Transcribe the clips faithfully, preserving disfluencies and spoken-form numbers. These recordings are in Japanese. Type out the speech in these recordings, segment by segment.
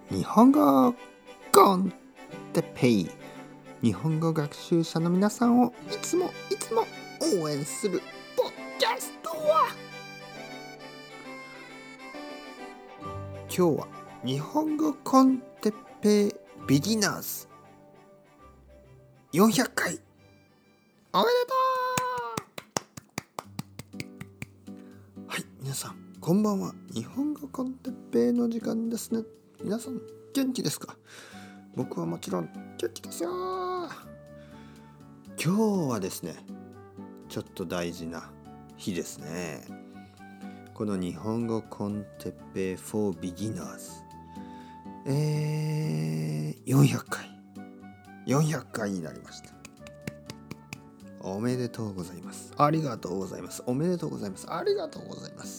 日本語コンテペイ、日本語学習者の皆さんをいつもいつも応援するポッドキャストは、今日は日本語コンテペイビギナーズよんひゃっかいおめでとう。はい、皆さんこんばんは。日本語コンテッペイの時間ですね。皆さん元気ですか？僕はもちろん元気ですよ。今日はですね、ちょっと大事な日ですね。この日本語コンテッペイ for beginners、えー、よんひゃっかいよんひゃっかいになりました。おめでとうございます。ありがとうございます。おめでとうございます。ありがとうございます。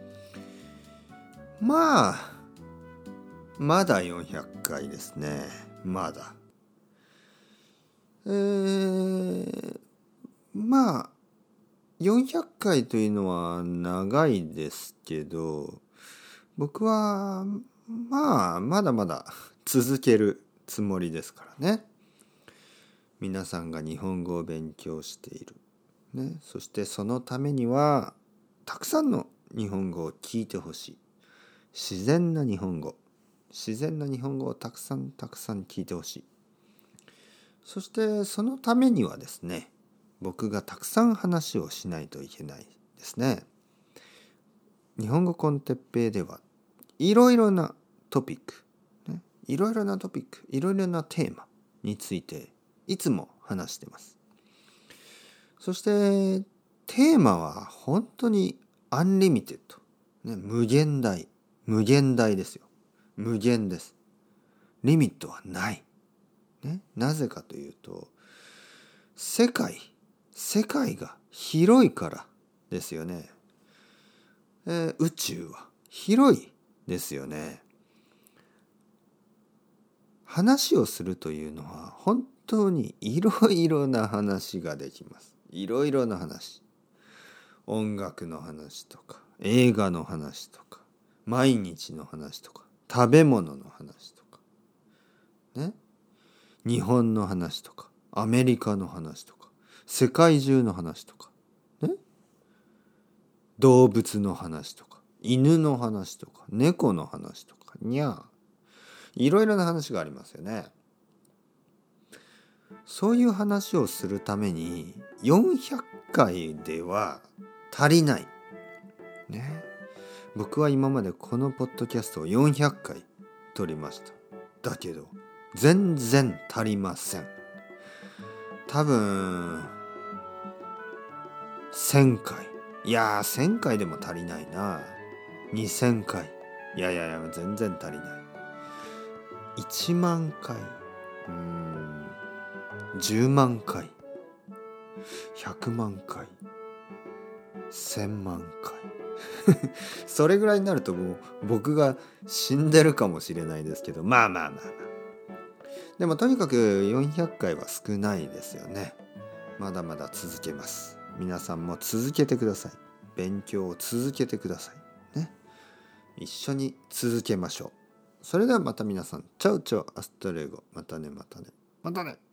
まあまだよんひゃっかいですね。まだえー、まあよんひゃっかいというのは長いですけど、僕はまあまだまだ続けるつもりですからね。皆さんが日本語を勉強している、ね、そしてそのためにはたくさんの日本語を聞いてほしい。自然な日本語自然な日本語をたくさんたくさん聞いてほしい。そしてそのためにはですね、僕がたくさん話をしないといけないですね。日本語コンテッペイではいろいろなトピック、ね、いろいろなトピック、いろいろなテーマについていつも話してます。そしてテーマは本当にアンリミテッド、ね、無限大無限大ですよ。無限です。リミットはない、ね、なぜかというと世界世界が広いからですよね。えー、宇宙は広いですよね。話をするというのは本当にいろいろな話ができます。いろいろな話。音楽の話とか、映画の話とか、毎日の話とか、食べ物の話とか、ね、日本の話とか、アメリカの話とか、世界中の話とか、ね、動物の話とか、犬の話とか、猫の話とか、にゃー、いろいろな話がありますよね。そういう話をするためによんひゃっかいでは足りない、ね。僕は今までこのポッドキャストをよんひゃっかい撮りました。だけど全然足りません。多分せんかい、いやーせんかいでも足りないな。にせんかい、いやいやいや全然足りない。いちまんかい、うーんじゅうまんかい、ひゃくまんかい、せんまんかいそれぐらいになるともう僕が死んでるかもしれないですけど、まあまあまあまあ、でもとにかくよんひゃっかいは少ないですよね。まだまだ続けます。皆さんも続けてください。勉強を続けてくださいね。一緒に続けましょう。それではまた皆さん、チャウチャウアストレゴ、またねまたねまたね。